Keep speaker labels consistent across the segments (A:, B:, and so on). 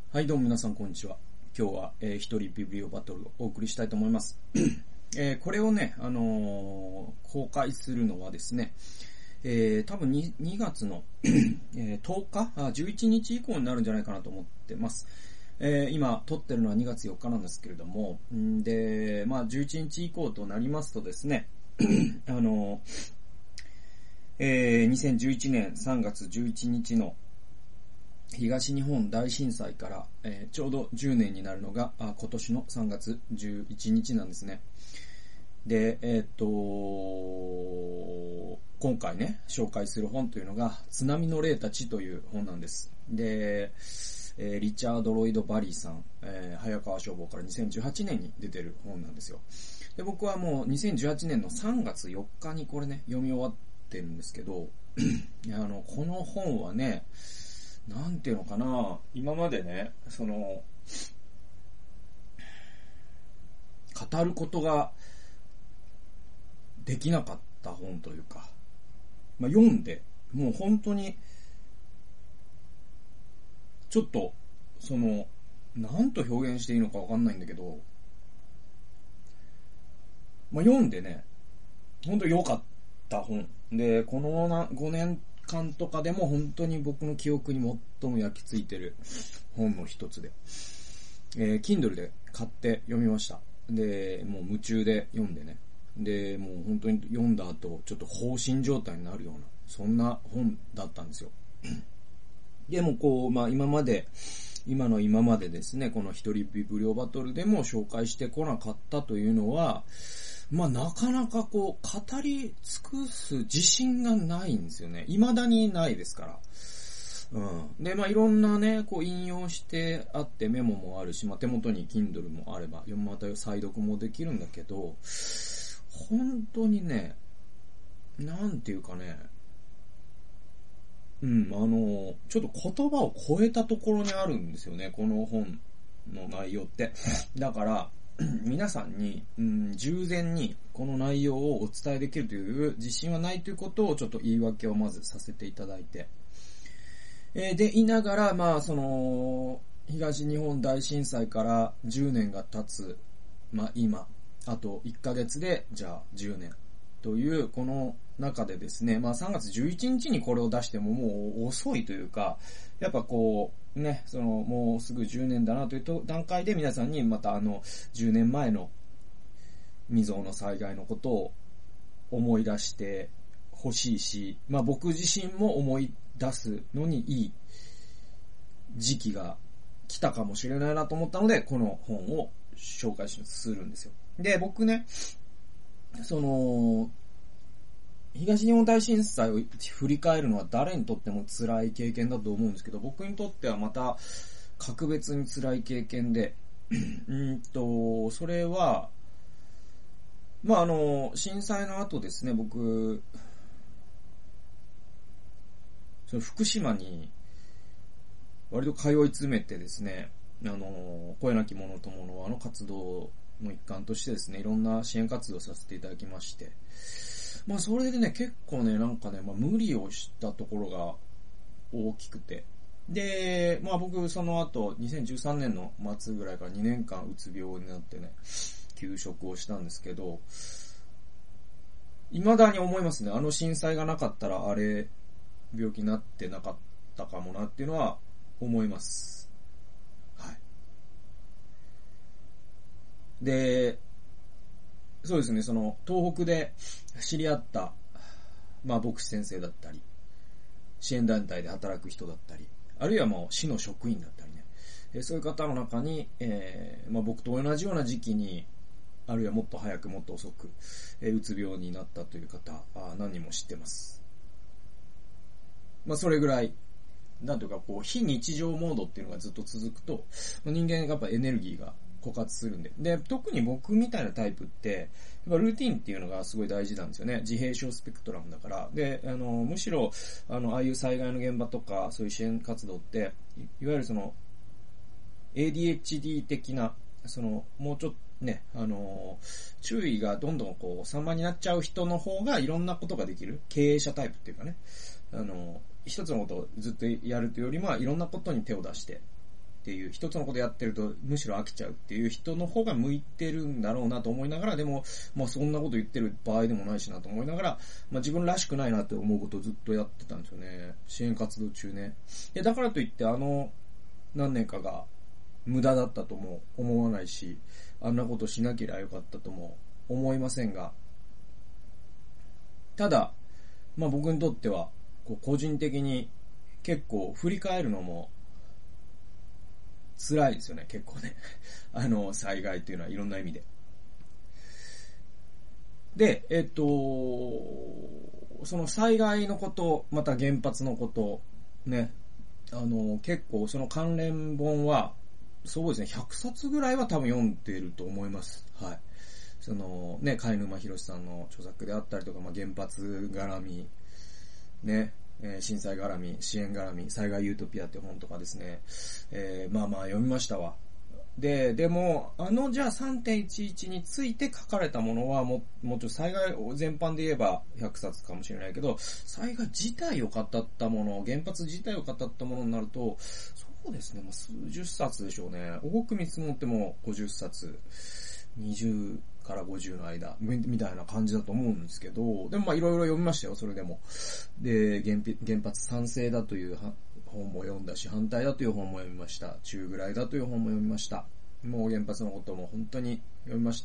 A: はい、どうも皆さんこんにちは。今日は、一人ビブリオバトルをお送りしたいと思います。これをね、公開するのはですね、多分 2月の、10日11日以降になるんじゃないかなと思ってます。今撮ってるのは2月4日なんですけれども、で、11日以降となりますとですね、2011年3月11日の東日本大震災から、ちょうど10年になるのが今年の3月11日なんですね。で、今回ね、紹介する本というのが、津波の霊たちという本なんです。で、リチャード・ロイド・バリーさん、早川消防から2018年に出てる本なんですよ。で、僕はもう2018年の3月4日にこれね、読み終わってるんですけど、この本はね、なんていうのかな、今までね、語ることができなかった本というか、読んで、もう本当に、ちょっと、なんと表現していいのかわかんないんだけど、読んでね、本当に良かった本。で、この5年間とかでも本当に僕の記憶に最も焼き付いてる本の一つで、Kindle で買って読みました。で、もう夢中で読んでね。で、もう本当に読んだ後、ちょっと放心状態になるような、そんな本だったんですよ。でも今までですね、この一人ビブリオバトルでも紹介してこなかったというのは、なかなか語り尽くす自信がないんですよね。未だにないですから。で、いろんなね、引用してあってメモもあるし、手元に Kindle もあれば、また再読もできるんだけど、本当にね、なんていうかね、ちょっと言葉を超えたところにあるんですよね、この本の内容って。だから、皆さんに、従前にこの内容をお伝えできるという自信はないということをちょっと言い訳をまずさせていただいて。で、言いながら、東日本大震災から10年が経つ、今、あと1ヶ月で、じゃあ10年という、この中でですね、3月11日にこれを出してももう遅いというか、やっぱもうすぐ10年だなという段階で皆さんにまた10年前の未曾有の災害のことを思い出してほしいし、僕自身も思い出すのにいい時期が来たかもしれないなと思ったので、この本を紹介するんですよ。で、僕ね、東日本大震災を振り返るのは誰にとっても辛い経験だと思うんですけど、僕にとってはまた格別に辛い経験で、それは、震災の後ですね、僕、福島に割と通い詰めてですね、声なき者ともの活動の一環としてですね、いろんな支援活動をさせていただきまして、それでね、結構ね、無理をしたところが大きくて。で、僕その後、2013年の末ぐらいから2年間うつ病になってね、休職をしたんですけど、未だに思いますね。震災がなかったら、病気になってなかったかもなっていうのは思います。はい。で、そうですね、東北で知り合った、牧師先生だったり、支援団体で働く人だったり、あるいは市の職員だったりね、そういう方の中に、僕と同じような時期に、あるいはもっと早くもっと遅く、うつ病になったという方、何人も知ってます。それぐらい、なんというか非日常モードっていうのがずっと続くと、人間がやっぱエネルギーが枯渇するんで。で、特に僕みたいなタイプって、やっぱルーティンっていうのがすごい大事なんですよね。自閉症スペクトラムだから。で、むしろ、ああいう災害の現場とか、そういう支援活動って、いわゆるADHD 的な、もうちょっとね、注意がどんどん散漫になっちゃう人の方がいろんなことができる。経営者タイプっていうかね。一つのことをずっとやるというよりも、いろんなことに手を出して、っっていう、一つのことやってるとむしろ飽きちゃうっていう人の方が向いてるんだろうなと思いながら、でも、まあそんなこと言ってる場合でもないしなと思いながら、まあ自分らしくないなって思うことをずっとやってたんですよね。支援活動中ね。で、だからといって何年かが無駄だったとも思わないし、あんなことしなければよかったとも思いませんが、ただ、まあ僕にとっては、個人的に結構振り返るのも辛いですよね、結構ね。災害っていうのはいろんな意味で。で、その災害のこと、また原発のこと、ね、結構その関連本は、そうですね、100冊ぐらいは多分読んでいると思います。はい。そのね、貝沼博さんの著作であったりとか、まあ、原発絡み、ね、震災絡み、支援絡み、災害ユートピアって本とかですね、まあまあ読みましたわ。でも、じゃあ 3.11 について書かれたものはもうちょっと災害全般で言えば100冊かもしれないけど、災害自体を語ったもの、原発自体を語ったものになると、そうですね、数十冊でしょうね。多く見積もっても50冊、20から50の間、みたいな感じだと思うんですけど、でもまあいろいろ読みましたよ、それでも。で、原発賛成だという本も読んだし、反対だという本も読みました。中ぐらいだという本も読みました。もう原発のことも本当に読みました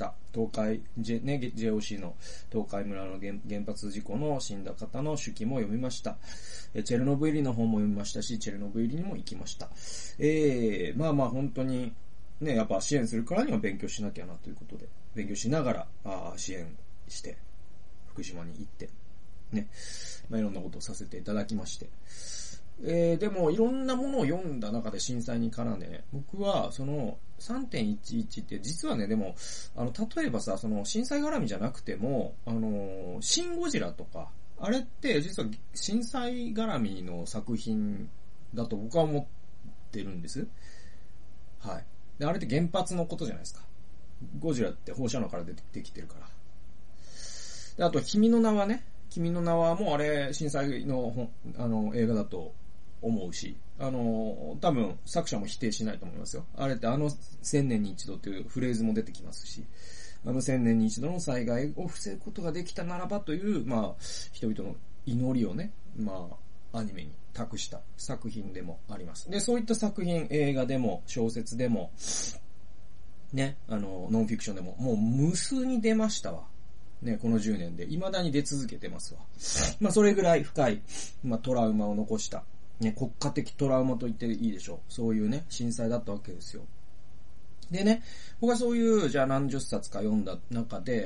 A: 。JOC の東海村の原発事故の死んだ方の手記も読みました。チェルノブイリの本も読みましたし、チェルノブイリにも行きました。まあまあ本当に、ね、やっぱ支援するからには勉強しなきゃなということで、勉強しながら、支援して、福島に行って、ね、まあ、いろんなことをさせていただきまして、でもいろんなものを読んだ中で震災に絡んでね、僕はその 3.11 って実はね、でも、例えばさ、その震災絡みじゃなくても、シン・ゴジラとか、あれって実は震災絡みの作品だと僕は思ってるんです。はい。で、あれって原発のことじゃないですか。ゴジラって放射能から出てきてるから。で、あと、君の名はね、君の名はもうあれ、震災の映画だと思うし、多分作者も否定しないと思いますよ。あれって1000年に一度というフレーズも出てきますし、1000年に一度の災害を防ぐことができたならばという、まあ、人々の祈りをね、まあ、アニメに託した作品でもあります。で、そういった作品、映画でも、小説でも、ね、ノンフィクションでも、もう無数に出ましたわ。ね、この10年で、未だに出続けてますわ。まあ、それぐらい深い、まあ、トラウマを残した、ね、国家的トラウマと言っていいでしょう。そういうね、震災だったわけですよ。でね、僕はそういう、じゃあ何十冊か読んだ中で、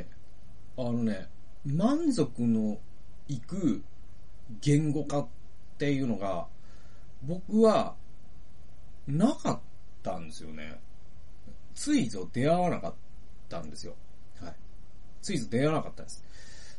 A: 満足のいく言語化っていうのが、僕は、なかったんですよね。ついぞ出会わなかったんですよ。はい。ついぞ出会わなかったです。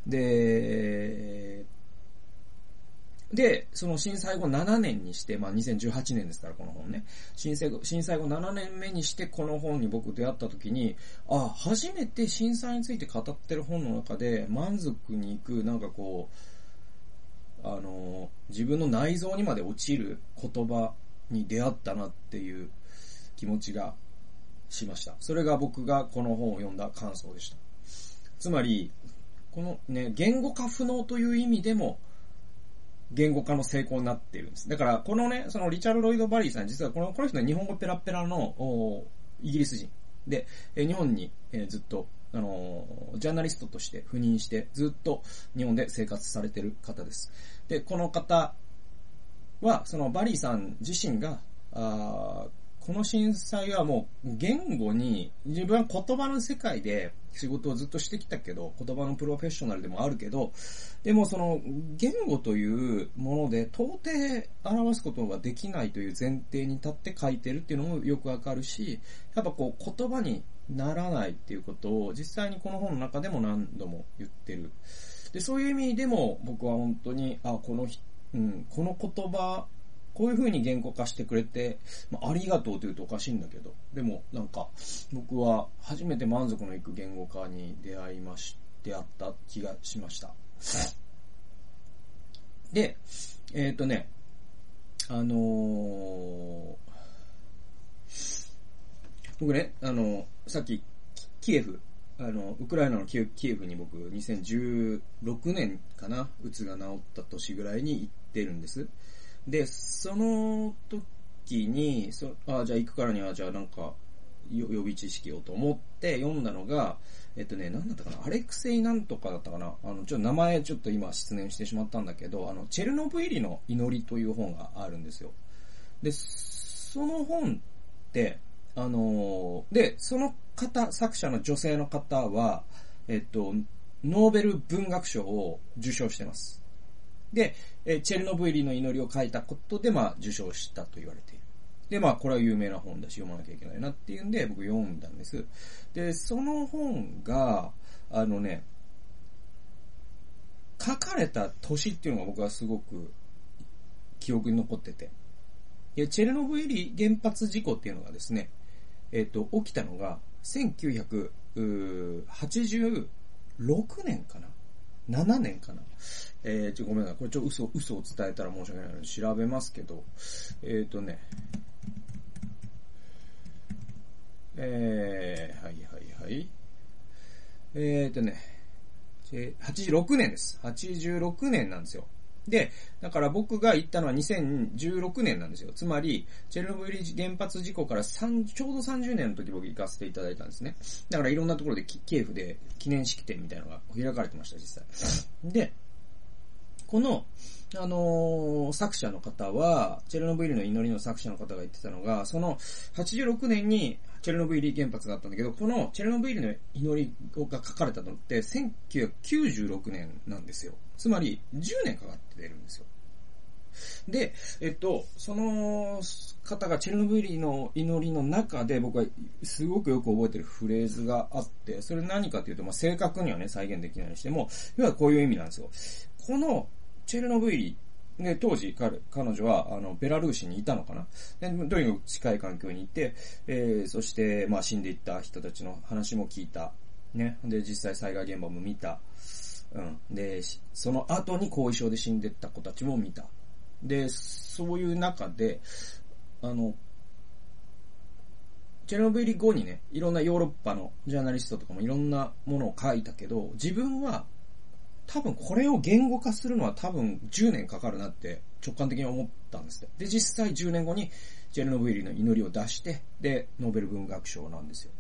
A: で、その震災後7年にして、まあ2018年ですからこの本ね。震災後7年目にしてこの本に僕出会った時に、初めて震災について語ってる本の中で満足にいく、なんかこう、自分の内臓にまで落ちる言葉に出会ったなっていう気持ちがしました。それが僕がこの本を読んだ感想でした。つまり、このね、言語化不能という意味でも、言語化の成功になっているんです。だから、このね、そのリチャード・ロイド・バリーさん、実はこの人は日本語ペラペラのイギリス人で、日本に、ずっと、ジャーナリストとして赴任して、ずっと日本で生活されている方です。で、この方は、そのバリーさん自身が、この震災はもう言語に、自分は言葉の世界で仕事をずっとしてきたけど、言葉のプロフェッショナルでもあるけど、でもその言語というもので到底表すことができないという前提に立って書いてるっていうのもよくわかるし、やっぱこう言葉にならないっていうことを実際にこの本の中でも何度も言ってる。で、そういう意味でも僕は本当に、この言葉、こういう風に言語化してくれて、ありがとうと言うとおかしいんだけど、でもなんか僕は初めて満足のいく言語化に出会った気がしました。で、 僕ね、さっき、キエフ、ウクライナのキエフに僕、2016年かな、うつが治った年ぐらいに行ってるんです。で、その時に、じゃあ行くからには、じゃあなんか、予備知識をと思って読んだのが、なんだったかな、アレクセイなんとかだったかな、ちょっと名前ちょっと今失念してしまったんだけど、チェルノブイリの祈りという本があるんですよ。で、その本って、で、その方、作者の女性の方は、ノーベル文学賞を受賞してます。で、チェルノブイリの祈りを書いたことで、受賞したと言われている。で、これは有名な本だし、読まなきゃいけないなっていうんで、僕読んだんです。で、その本が、書かれた年っていうのが僕はすごく記憶に残ってて。チェルノブイリ原発事故っていうのがですね、起きたのが、1986年かな ?7 年かなごめんなさい。これ嘘を伝えたら申し訳ないので調べますけど、86年です。86年なんですよ。で、だから僕が行ったのは2016年なんですよ。つまり、チェルノブイリ原発事故からちょうど30年の時僕行かせていただいたんですね。だからいろんなところでキエフで記念式典みたいなのが開かれてました、実際。で、この、作者の方は、チェルノブイリの祈りの作者の方が言ってたのが、その86年にチェルノブイリ原発があったんだけど、このチェルノブイリの祈りが書かれたのって1996年なんですよ。つまり10年かかってるんですよ。で、その方がチェルノブイリの祈りの中で僕はすごくよく覚えてるフレーズがあって、それ何かというと、正確にはね、再現できないにしても、要はこういう意味なんですよ。このチェルノブイリで、当時彼女はベラルーシにいたのかな。で、とにかく近い環境にいて、そして死んでいった人たちの話も聞いた。ね。で、実際災害現場も見た。で、その後に後遺症で死んでいった子たちも見た。で、そういう中で、チェルノブイリ後にね、いろんなヨーロッパのジャーナリストとかもいろんなものを書いたけど、自分は多分これを言語化するのは多分10年かかるなって直感的に思ったんですね。で、実際10年後にチェルノブイリの祈りを出して、で、ノーベル文学賞なんですよ。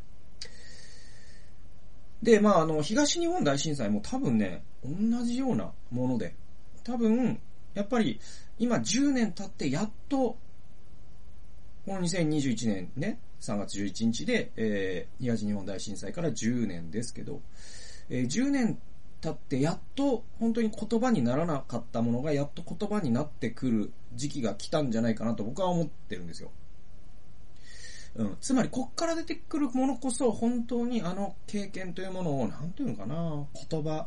A: で、東日本大震災も多分ね、同じようなもので、多分、やっぱり今10年経ってやっと、この2021年ね、3月11日で、東日本大震災から10年ですけど、10年経ってやっと本当に言葉にならなかったものがやっと言葉になってくる時期が来たんじゃないかなと僕は思ってるんですよ。つまりこっから出てくるものこそ本当に経験というものをなんていうのかな、言葉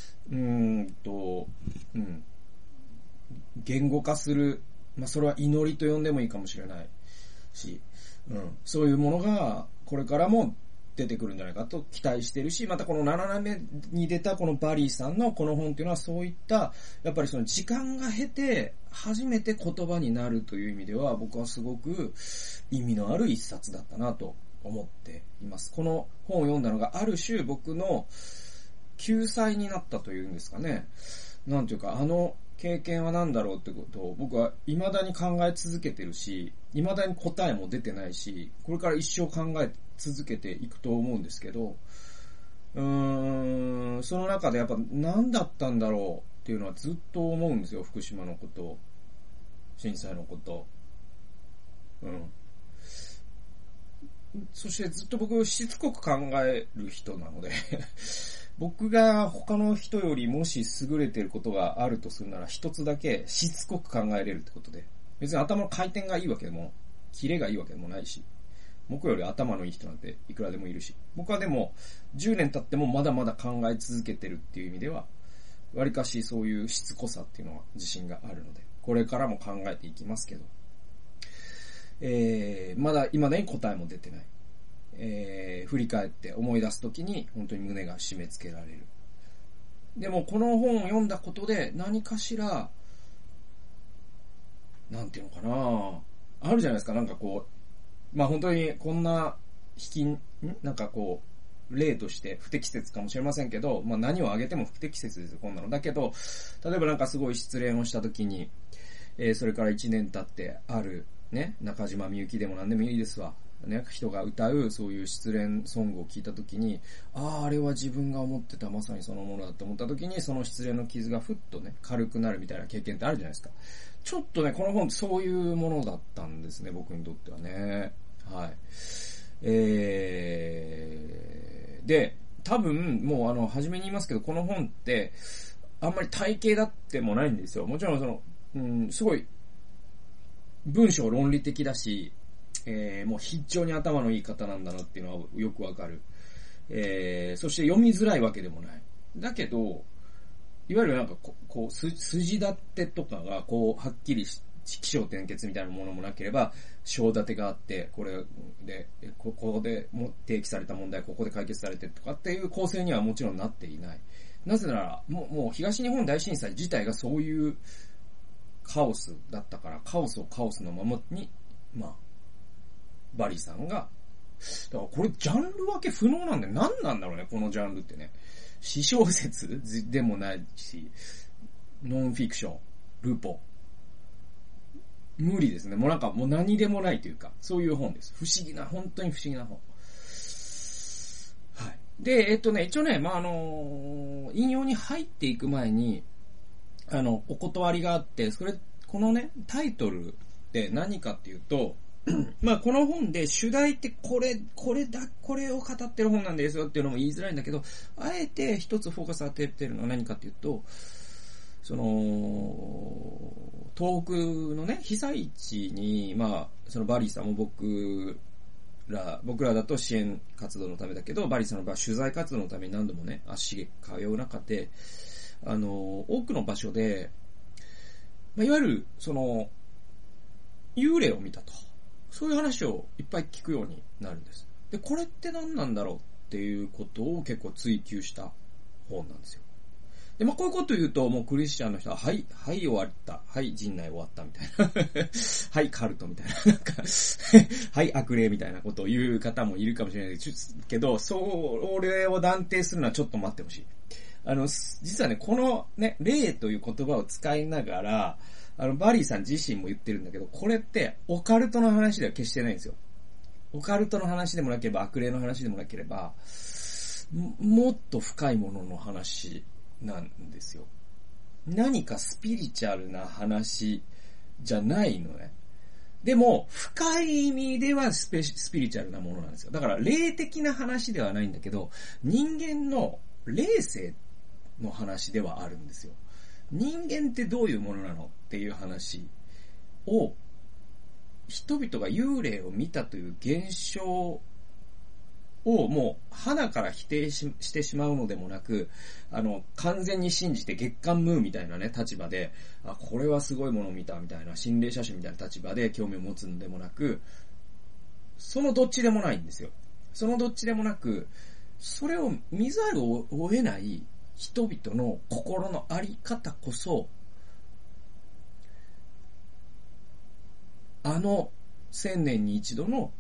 A: 言語化する、それは祈りと呼んでもいいかもしれないし、そういうものがこれからも出てくるんじゃないかと期待してるし、またこの7年目に出たこのバリーさんのこの本っていうのはそういったやっぱりその時間が経て初めて言葉になるという意味では僕はすごく意味のある一冊だったなと思っています。この本を読んだのがある種僕の救済になったというんですかね。なんていうか経験は何だろうってことを僕は未だに考え続けてるし、未だに答えも出てないし、これから一生考え続けていくと思うんですけど、その中でやっぱ何だったんだろうっていうのはずっと思うんですよ。福島のこと、震災のこと。そしてずっと僕しつこく考える人なので僕が他の人よりもし優れていることがあるとするなら一つだけしつこく考えれるってことで、別に頭の回転がいいわけでもキレがいいわけでもないし、僕より頭のいい人なんていくらでもいるし、僕はでも10年経ってもまだまだ考え続けてるっていう意味ではわりかしそういうしつこさっていうのは自信があるので、これからも考えていきますけど、まだ未だに答えも出てない。振り返って思い出すときに本当に胸が締め付けられる。でもこの本を読んだことで何かしらなんていうのかな、あるじゃないですか。なんかこう本当にこんななんかこう、例として不適切かもしれませんけど、まあ何を挙げても不適切ですよ、こんなの。だけど、例えばなんかすごい失恋をした時に、それから1年経ってある、ね、中島みゆきでも何でもいいですわ。ね、人が歌うそういう失恋ソングを聞いた時に、あれは自分が思ってたまさにそのものだと思った時に、その失恋の傷がふっとね、軽くなるみたいな経験ってあるじゃないですか。ちょっとね、この本そういうものだったんですね、僕にとってはね。はい。で、多分、もう初めに言いますけど、この本って、あんまり体系だってもないんですよ。もちろんすごい、文章論理的だし、もう非常に頭のいい方なんだなっていうのはよくわかる。そして読みづらいわけでもない。だけど、いわゆるなんかこう、筋立てとかがこう、はっきり起承転結みたいなものもなければ、章立てがあって、これで、ここで提起された問題、ここで解決されてとかっていう構成にはもちろんなっていない。なぜなら、もう東日本大震災自体がそういうカオスだったから、カオスをカオスのままに、まあ、バリさんが、だからこれジャンル分け不能なんで何なんだろうね、このジャンルってね。私小説でもないし、ノンフィクション、ルポ。無理ですね。もうなんかもう何でもないというか、そういう本です。本当に不思議な本。はい。で、一応ね、引用に入っていく前に、お断りがあって、このね、タイトルって何かっていうと、まあこの本で主題ってこれを語ってる本なんですよっていうのも言いづらいんだけど、あえて一つフォーカス当ててるのは何かっていうと、東北のね、被災地に、まあ、そのバリーさんも僕らだと支援活動のためだけど、バリーさんの場合取材活動のために何度もね、足しげく通う中で、多くの場所で、まあ、いわゆる、幽霊を見たと。そういう話をいっぱい聞くようになるんです。で、これって何なんだろうっていうことを結構追求した本なんですよ。で、まあ、こういうこと言うと、もうクリスチャンの人は、はい、終わった。はい、陣内終わったみたいな。はい、カルトみたいな。なんかはい、悪霊みたいなことを言う方もいるかもしれないけど、それを断定するのはちょっと待ってほしい。実はね、このね、霊という言葉を使いながら、バリーさん自身も言ってるんだけど、これってオカルトの話では決してないんですよ。オカルトの話でもなければ、悪霊の話でもなければ、もっと深いものの話なんですよ。何かスピリチュアルな話じゃないのね。でも、深い意味ではスピリチュアルなものなんですよ。だから、霊的な話ではないんだけど、人間の霊性の話ではあるんですよ。人間ってどういうものなのっていう話を、人々が幽霊を見たという現象をもう鼻から否定してしまうのでもなく、完全に信じて月刊ムーみたいなね、立場で、これはすごいものを見たみたいな、心霊写真みたいな立場で興味を持つのでもなく、そのどっちでもないんですよ。そのどっちでもなく、それを見ざるを得ない人々の心のあり方こそ、1000年に一度の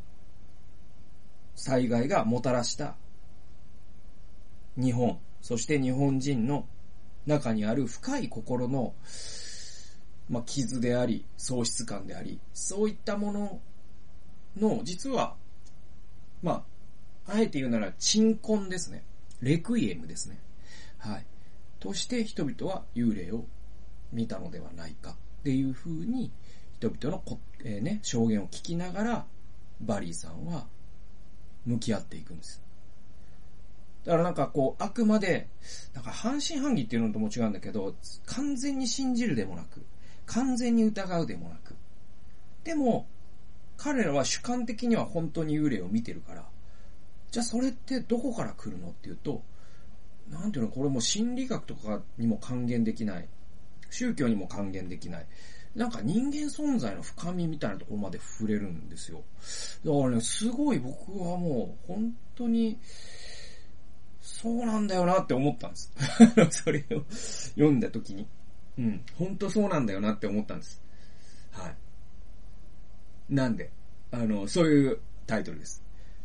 A: 災害がもたらした日本、そして日本人の中にある深い心の、傷であり、喪失感であり、そういったものの、実は、あえて言うなら、鎮魂ですね。レクイエムですね。はい。として人々は幽霊を見たのではないかっていう風に、人々の証言を聞きながら、バリーさんは向き合っていくんです。だからなんかあくまで、なんか半信半疑っていうのとも違うんだけど、完全に信じるでもなく、完全に疑うでもなく。でも、彼らは主観的には本当に幽霊を見てるから、じゃあそれってどこから来るのっていうと、なんていうの、これも心理学とかにも還元できない。宗教にも還元できない。なんか人間存在の深みみたいなところまで触れるんですよ。だからね、すごい僕はもう本当にそうなんだよなって思ったんです。それを読んだ時に。本当そうなんだよなって思ったんです。はい。なんで、そういうタイトルです。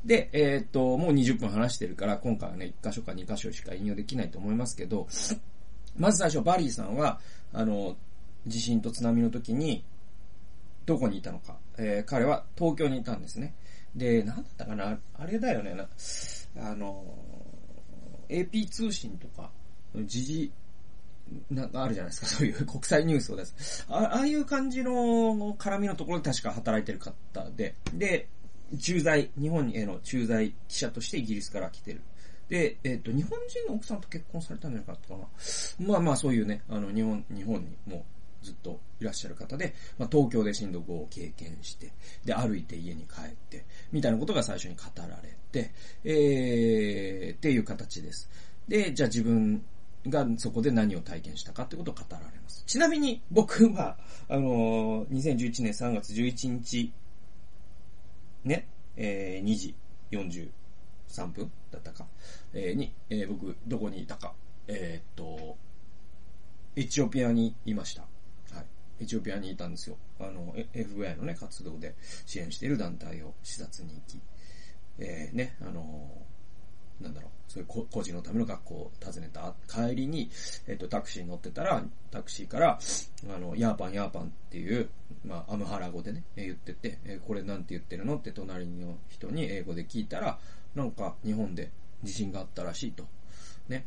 A: で、もう20分話してるから、今回はね、1箇所か2箇所しか引用できないと思いますけど、まず最初、バリーさんは、地震と津波の時に、どこにいたのか。彼は東京にいたんですね。で、なんだったかな、あれだよね、AP 通信とか、時事、なんかあるじゃないですか、そういう国際ニュースを出す。ああいう感じの絡みのところで確か働いてる方で、日本への駐在記者としてイギリスから来てる。で、日本人の奥さんと結婚されたんじゃなかったかな。まあそういうね、日本にもずっといらっしゃる方で、東京で震度5を経験して、で、歩いて家に帰って、みたいなことが最初に語られて、っていう形です。で、じゃあ自分がそこで何を体験したかってことを語られます。ちなみに僕は、2011年3月11日、ね、2時43分だったか、に、僕、どこにいたか、エチオピアにいました。はい。エチオピアにいたんですよ。FBI のね、活動で支援している団体を視察に行き、ね、そういう孤児のための学校を訪ねた帰りに、タクシーに乗ってたら、タクシーから、ヤーパンっていう、アムハラ語でね、言ってて、これなんて言ってるのって隣の人に英語で聞いたら、なんか日本で地震があったらしいと。ね。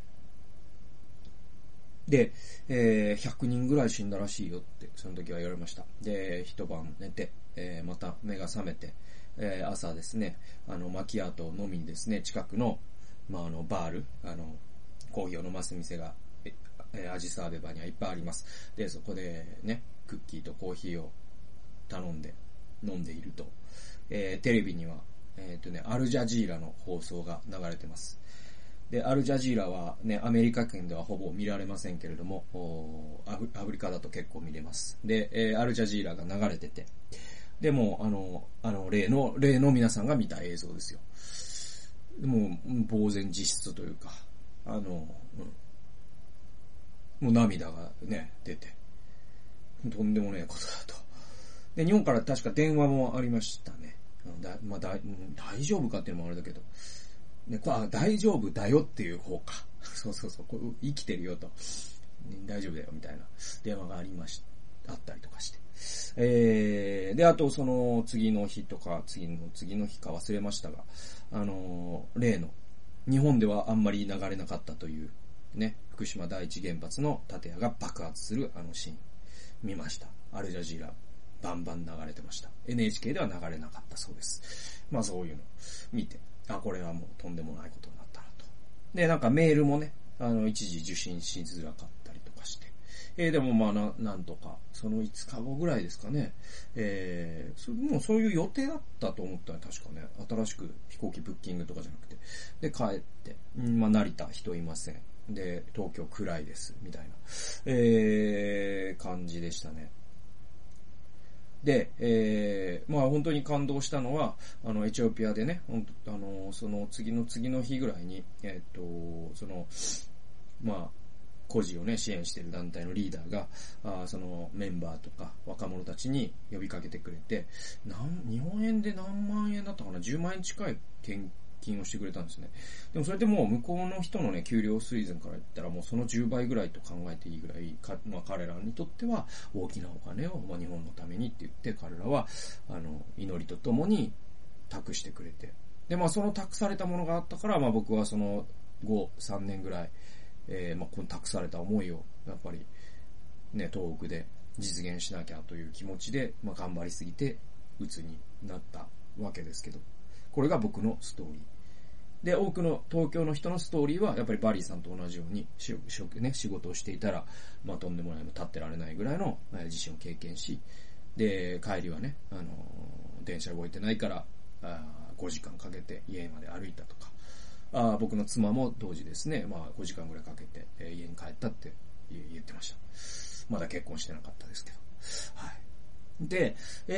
A: で、100人ぐらい死んだらしいよって、その時は言われました。で、一晩寝て、また目が覚めて、朝ですね、マキアートを飲みにですね、近くの、バール、コーヒーを飲ます店が、アジサーベバにはいっぱいあります。で、そこでね、クッキーとコーヒーを頼んで、飲んでいると、テレビには、アルジャジーラの放送が流れてます。で、アルジャジーラはね、アメリカ圏ではほぼ見られませんけれども、アフリカだと結構見れます。で、アルジャジーラが流れてて、でも、例の皆さんが見た映像ですよ。もう、呆然自失というか、もう涙がね、出て、とんでもねえことだと。で、日本から確か電話もありましたね。大丈夫かっていうのもあれだけど、ね、大丈夫だよっていう方か。そう、生きてるよと。大丈夫だよみたいな電話があったりとかして。で、あとその次の日とか、次の日か忘れましたが、例の、日本ではあんまり流れなかったという、ね、福島第一原発の建屋が爆発するシーン、見ました。アルジャジーラ、バンバン流れてました。NHK では流れなかったそうです。そういうの見て、これはもうとんでもないことになったなと。で、なんかメールもね、一時受信しづらかったりとかして。でもなんとか、その5日後ぐらいですかね。もうそういう予定だったと思ったら確かね、新しく飛行機ブッキングとかじゃなくて。で、帰って、成田人いません。で、東京暗いです、みたいな、感じでしたね。で、本当に感動したのは、エチオピアでね、その次の日ぐらいに、孤児をね、支援している団体のリーダーが、そのメンバーとか若者たちに呼びかけてくれて、日本円で何万円だったかな、10万円近い献金をしてくれたんですね。でもそれでもう向こうの人のね、給料水準から言ったらもうその10倍ぐらいと考えていいぐらい、彼らにとっては大きなお金を、日本のためにって言って彼らは、祈りとともに託してくれて。で、その託されたものがあったから、僕はその後3年ぐらい、この託された思いを、やっぱり、ね、東北で実現しなきゃという気持ちで、頑張りすぎて、鬱になったわけですけど、これが僕のストーリー。で、多くの東京の人のストーリーは、やっぱりバリーさんと同じように、仕事をしていたら、とんでもないの立ってられないぐらいの地震を経験し、で、帰りはね、電車動いてないから、5時間かけて家まで歩いたとか、僕の妻も同時ですね、5時間ぐらいかけて、家に帰ったって言ってました。まだ結婚してなかったですけど。はい。で、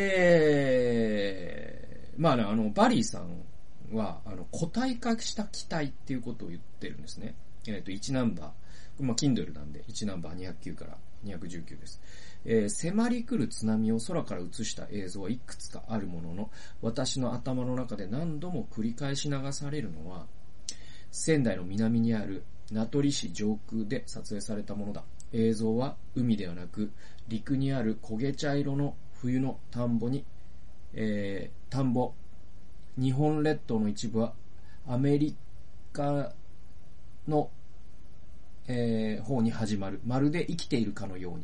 A: バリーさんは、固体化した気体っていうことを言ってるんですね。1ナンバー、Kindle なんで、1ナンバー209から 219です。迫り来る津波を空から映した映像はいくつかあるものの、私の頭の中で何度も繰り返し流されるのは、仙台の南にある名取市上空で撮影されたものだ。映像は海ではなく、陸にある焦げ茶色の冬の田んぼ、日本列島の一部はアメリカの、方に始まる。まるで生きているかのように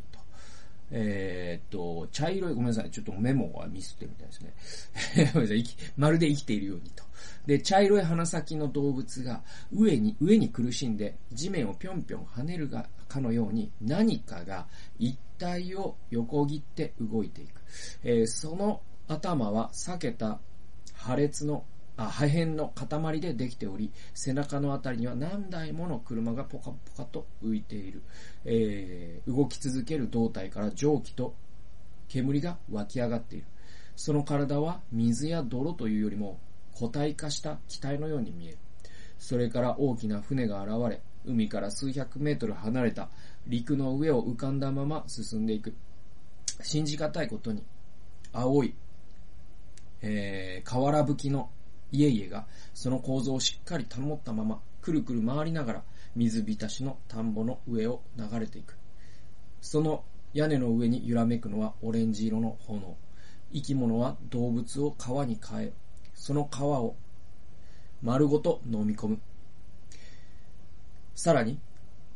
A: と。茶色い、ごめんなさい、ちょっとメモはミスってるみたいですね。ごめんなさい、まるで生きているようにと。で、茶色い鼻先の動物が上に苦しんで地面をぴょんぴょん跳ねるかのように何かが一体を横切って動いていく。その頭は裂けた破片の塊でできており、背中のあたりには何台もの車がポカポカと浮いている。動き続ける胴体から蒸気と煙が湧き上がっている。その体は水や泥というよりも固体化した気体のように見える。それから大きな船が現れ、海から数百メートル離れた陸の上を浮かんだまま進んでいく。信じがたいことに、青い、瓦葺きの家々がその構造をしっかり保ったままくるくる回りながら水浸しの田んぼの上を流れていく。その屋根の上に揺らめくのはオレンジ色の炎。生き物は動物を川に変え、その川を丸ごと飲み込む。さらに、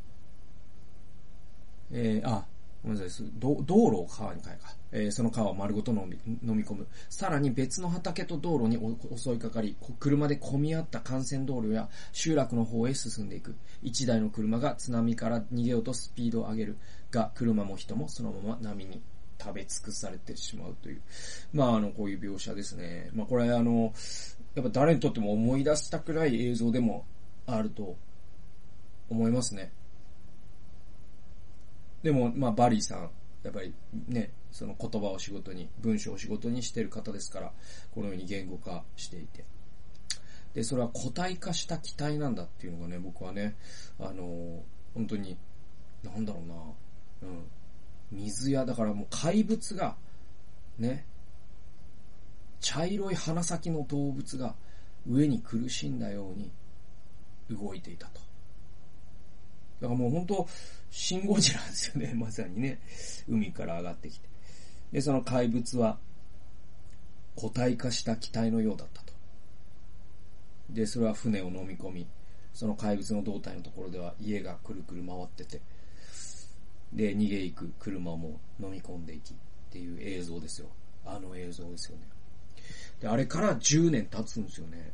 A: ごめんなさい、道路を川に変えか。その川を丸ごと飲み込む。さらに別の畑と道路に襲いかかり、車で混み合った幹線道路や集落の方へ進んでいく。一台の車が津波から逃げようとスピードを上げるが、車も人もそのまま波に食べ尽くされてしまうという。こういう描写ですね。これやっぱ誰にとっても思い出したくらい映像でもあると思いますね。でも、バリーさん、やっぱりね、その言葉を仕事に、文章を仕事にしている方ですから、このように言語化していて。で、それは固体化した気体なんだっていうのがね、僕はね、本当に、なんだろうな、水や、だからもう怪物が、ね、茶色い鼻先の動物が上に苦しんだように動いていたと。だからもう本当、シンゴジラですよね、まさにね。海から上がってきて。で、その怪物は、固体化した気体のようだったと。で、それは船を飲み込み、その怪物の胴体のところでは家がくるくる回ってて、で、逃げ行く車も飲み込んでいきっていう映像ですよ。あの映像ですよね。で、あれから10年経つんですよね。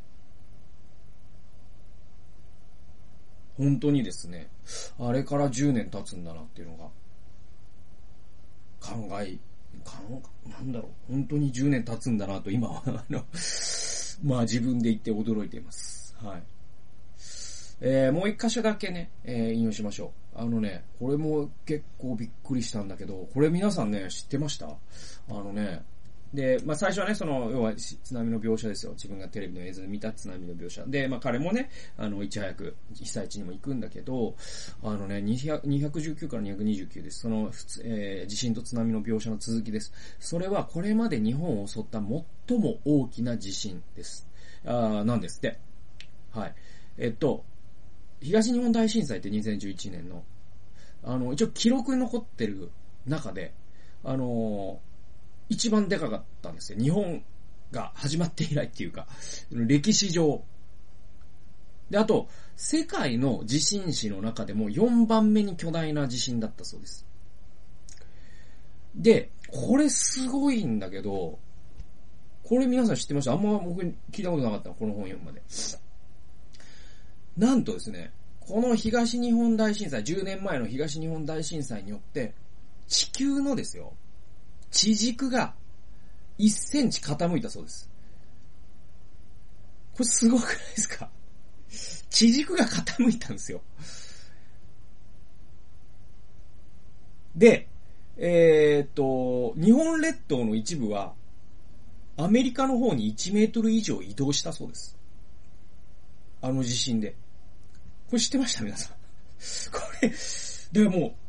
A: 本当にですね、あれから10年経つんだなっていうのが、なんだろう、本当に10年経つんだなと今は、自分で言って驚いています。はい。もう一箇所だけね、引用しましょう。これも結構びっくりしたんだけど、これ皆さんね、知ってました？で、最初はね、要は津波の描写ですよ。自分がテレビの映像で見た津波の描写。で、彼もね、いち早く被災地にも行くんだけど、219から229です。地震と津波の描写の続きです。それはこれまで日本を襲った最も大きな地震です。なんですって。はい。東日本大震災って2011年の、一応記録に残ってる中で、一番でかかったんですよ。日本が始まって以来っていうか、歴史上。で、あと、世界の地震史の中でも4番目に巨大な地震だったそうです。で、これすごいんだけど、これ皆さん知ってました？あんま僕聞いたことなかったこの本読むまで。なんとですね、この東日本大震災、10年前の東日本大震災によって、地球のですよ、地軸が1センチ傾いたそうです。これすごくないですか？地軸が傾いたんですよ。で、日本列島の一部はアメリカの方に1メートル以上移動したそうです。あの地震で。これ知ってました皆さん。これ、だからもう、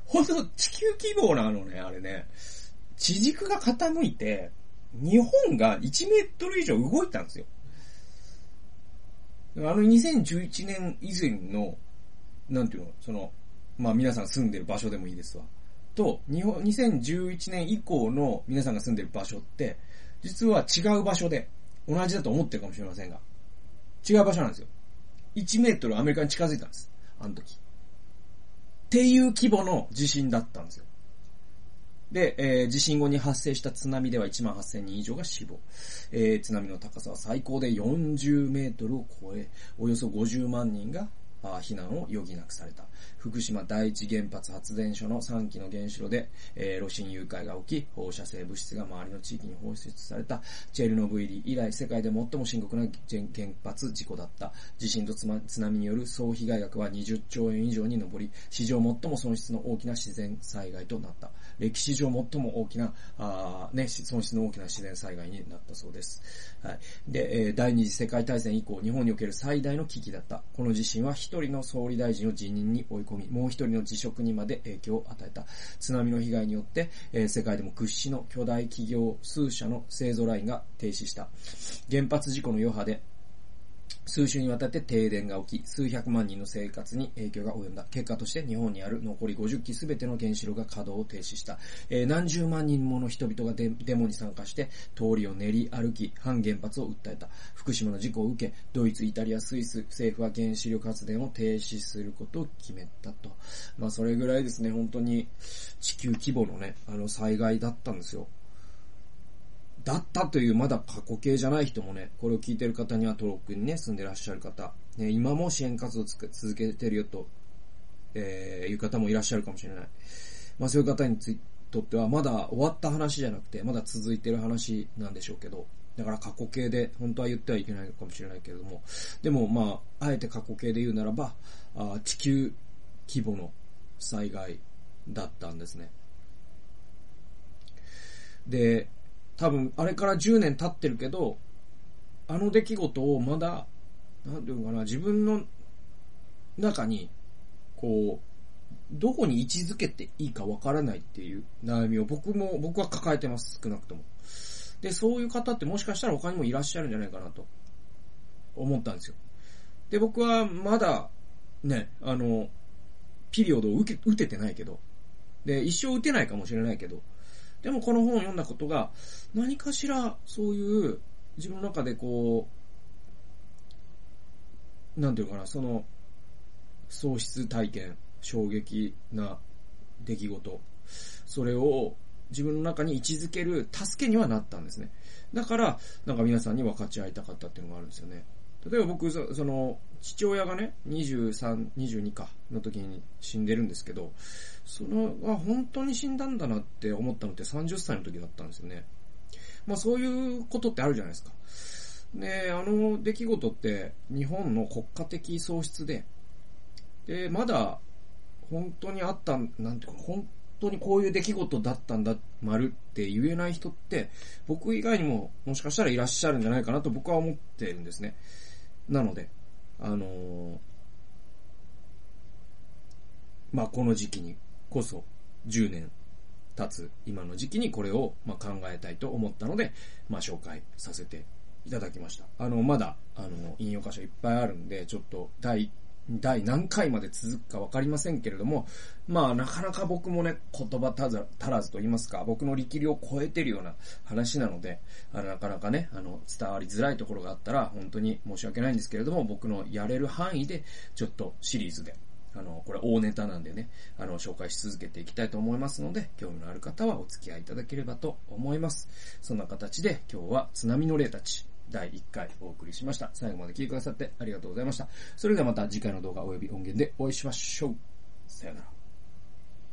A: ほんと地球規模なのね、あれね。地軸が傾いて、日本が1メートル以上動いたんですよ。2011年以前の、なんていうの、まあ皆さん住んでる場所でもいいですわ。と、2011年以降の皆さんが住んでる場所って、実は違う場所で、同じだと思ってるかもしれませんが、違う場所なんですよ。1メートルアメリカに近づいたんです。あの時。っていう規模の地震だったんですよ。で、地震後に発生した津波では18,000人以上が死亡。津波の高さは最高で40メートルを超え、およそ50万人が避難を余儀なくされた。福島第一原発発電所の3基の原子炉で、炉心誘拐が起き、放射性物質が周りの地域に放出された。チェルノブイリ以来世界で最も深刻な原発事故だった。地震と津波による総被害額は20兆円以上に上り、史上最も損失の大きな自然災害となった。歴史上最も大きな、損失の大きな自然災害になったそうです。はい。で、第二次世界大戦以降、日本における最大の危機だった。この地震は一人の総理大臣を辞任に追い込み、もう一人の辞職にまで影響を与えた。津波の被害によって、世界でも屈指の巨大企業数社の製造ラインが停止した。原発事故の余波で、数週にわたって停電が起き、数百万人の生活に影響が及んだ。結果として日本にある残り50基すべての原子炉が稼働を停止した。何十万人もの人々がデモに参加して、通りを練り歩き、反原発を訴えた。福島の事故を受け、ドイツ、イタリア、スイス、政府は原子力発電を停止することを決めたと。まあそれぐらいですね、本当に地球規模のね、災害だったんですよ。だったというまだ過去形じゃない人もね、これを聞いてる方には東北にね、住んでらっしゃる方、ね、今も支援活動を続けてるよと、いう方もいらっしゃるかもしれない。まあそういう方にとってはまだ終わった話じゃなくて、まだ続いてる話なんでしょうけど、だから過去形で本当は言ってはいけないかもしれないけれども、でもまあ、あえて過去形で言うならば、地球規模の災害だったんですね。で、多分、あれから10年経ってるけど、あの出来事をまだ、なんていうのかな、自分の中に、こう、どこに位置づけていいかわからないっていう悩みを僕は抱えてます、少なくとも。で、そういう方ってもしかしたら他にもいらっしゃるんじゃないかなと、思ったんですよ。で、僕はまだ、ね、ピリオドを打ててないけど、で、一生打てないかもしれないけど、でもこの本を読んだことが、何かしらそういう自分の中でこう、なんていうかな、その喪失体験、衝撃な出来事、それを自分の中に位置づける助けにはなったんですね。だから、なんか皆さんに分かち合いたかったっていうのがあるんですよね。例えば僕、父親がね、23、22かの時に死んでるんですけど、本当に死んだんだなって思ったのって30歳の時だったんですよね。まあそういうことってあるじゃないですか。で、出来事って日本の国家的喪失で、まだ本当にあった、なんていうか、本当にこういう出来事だったんだ、丸って言えない人って、僕以外にももしかしたらいらっしゃるんじゃないかなと僕は思ってるんですね。なので、まあ、この時期にこそ10年経つ今の時期にこれをまあ考えたいと思ったので、まあ、紹介させていただきました。まだ引用箇所いっぱいあるんで、ちょっと第何回まで続くかわかりませんけれども、まあなかなか僕もね、言葉足らずと言いますか、僕の力量を超えてるような話なので、なかなかね、伝わりづらいところがあったら、本当に申し訳ないんですけれども、僕のやれる範囲で、ちょっとシリーズで、これ大ネタなんでね、紹介し続けていきたいと思いますので、興味のある方はお付き合いいただければと思います。そんな形で、今日は津波の霊たち、第1回お送りしました。最後まで聞いてくださってありがとうございました。それではまた次回の動画及び音源でお会いしましょう。さよなら。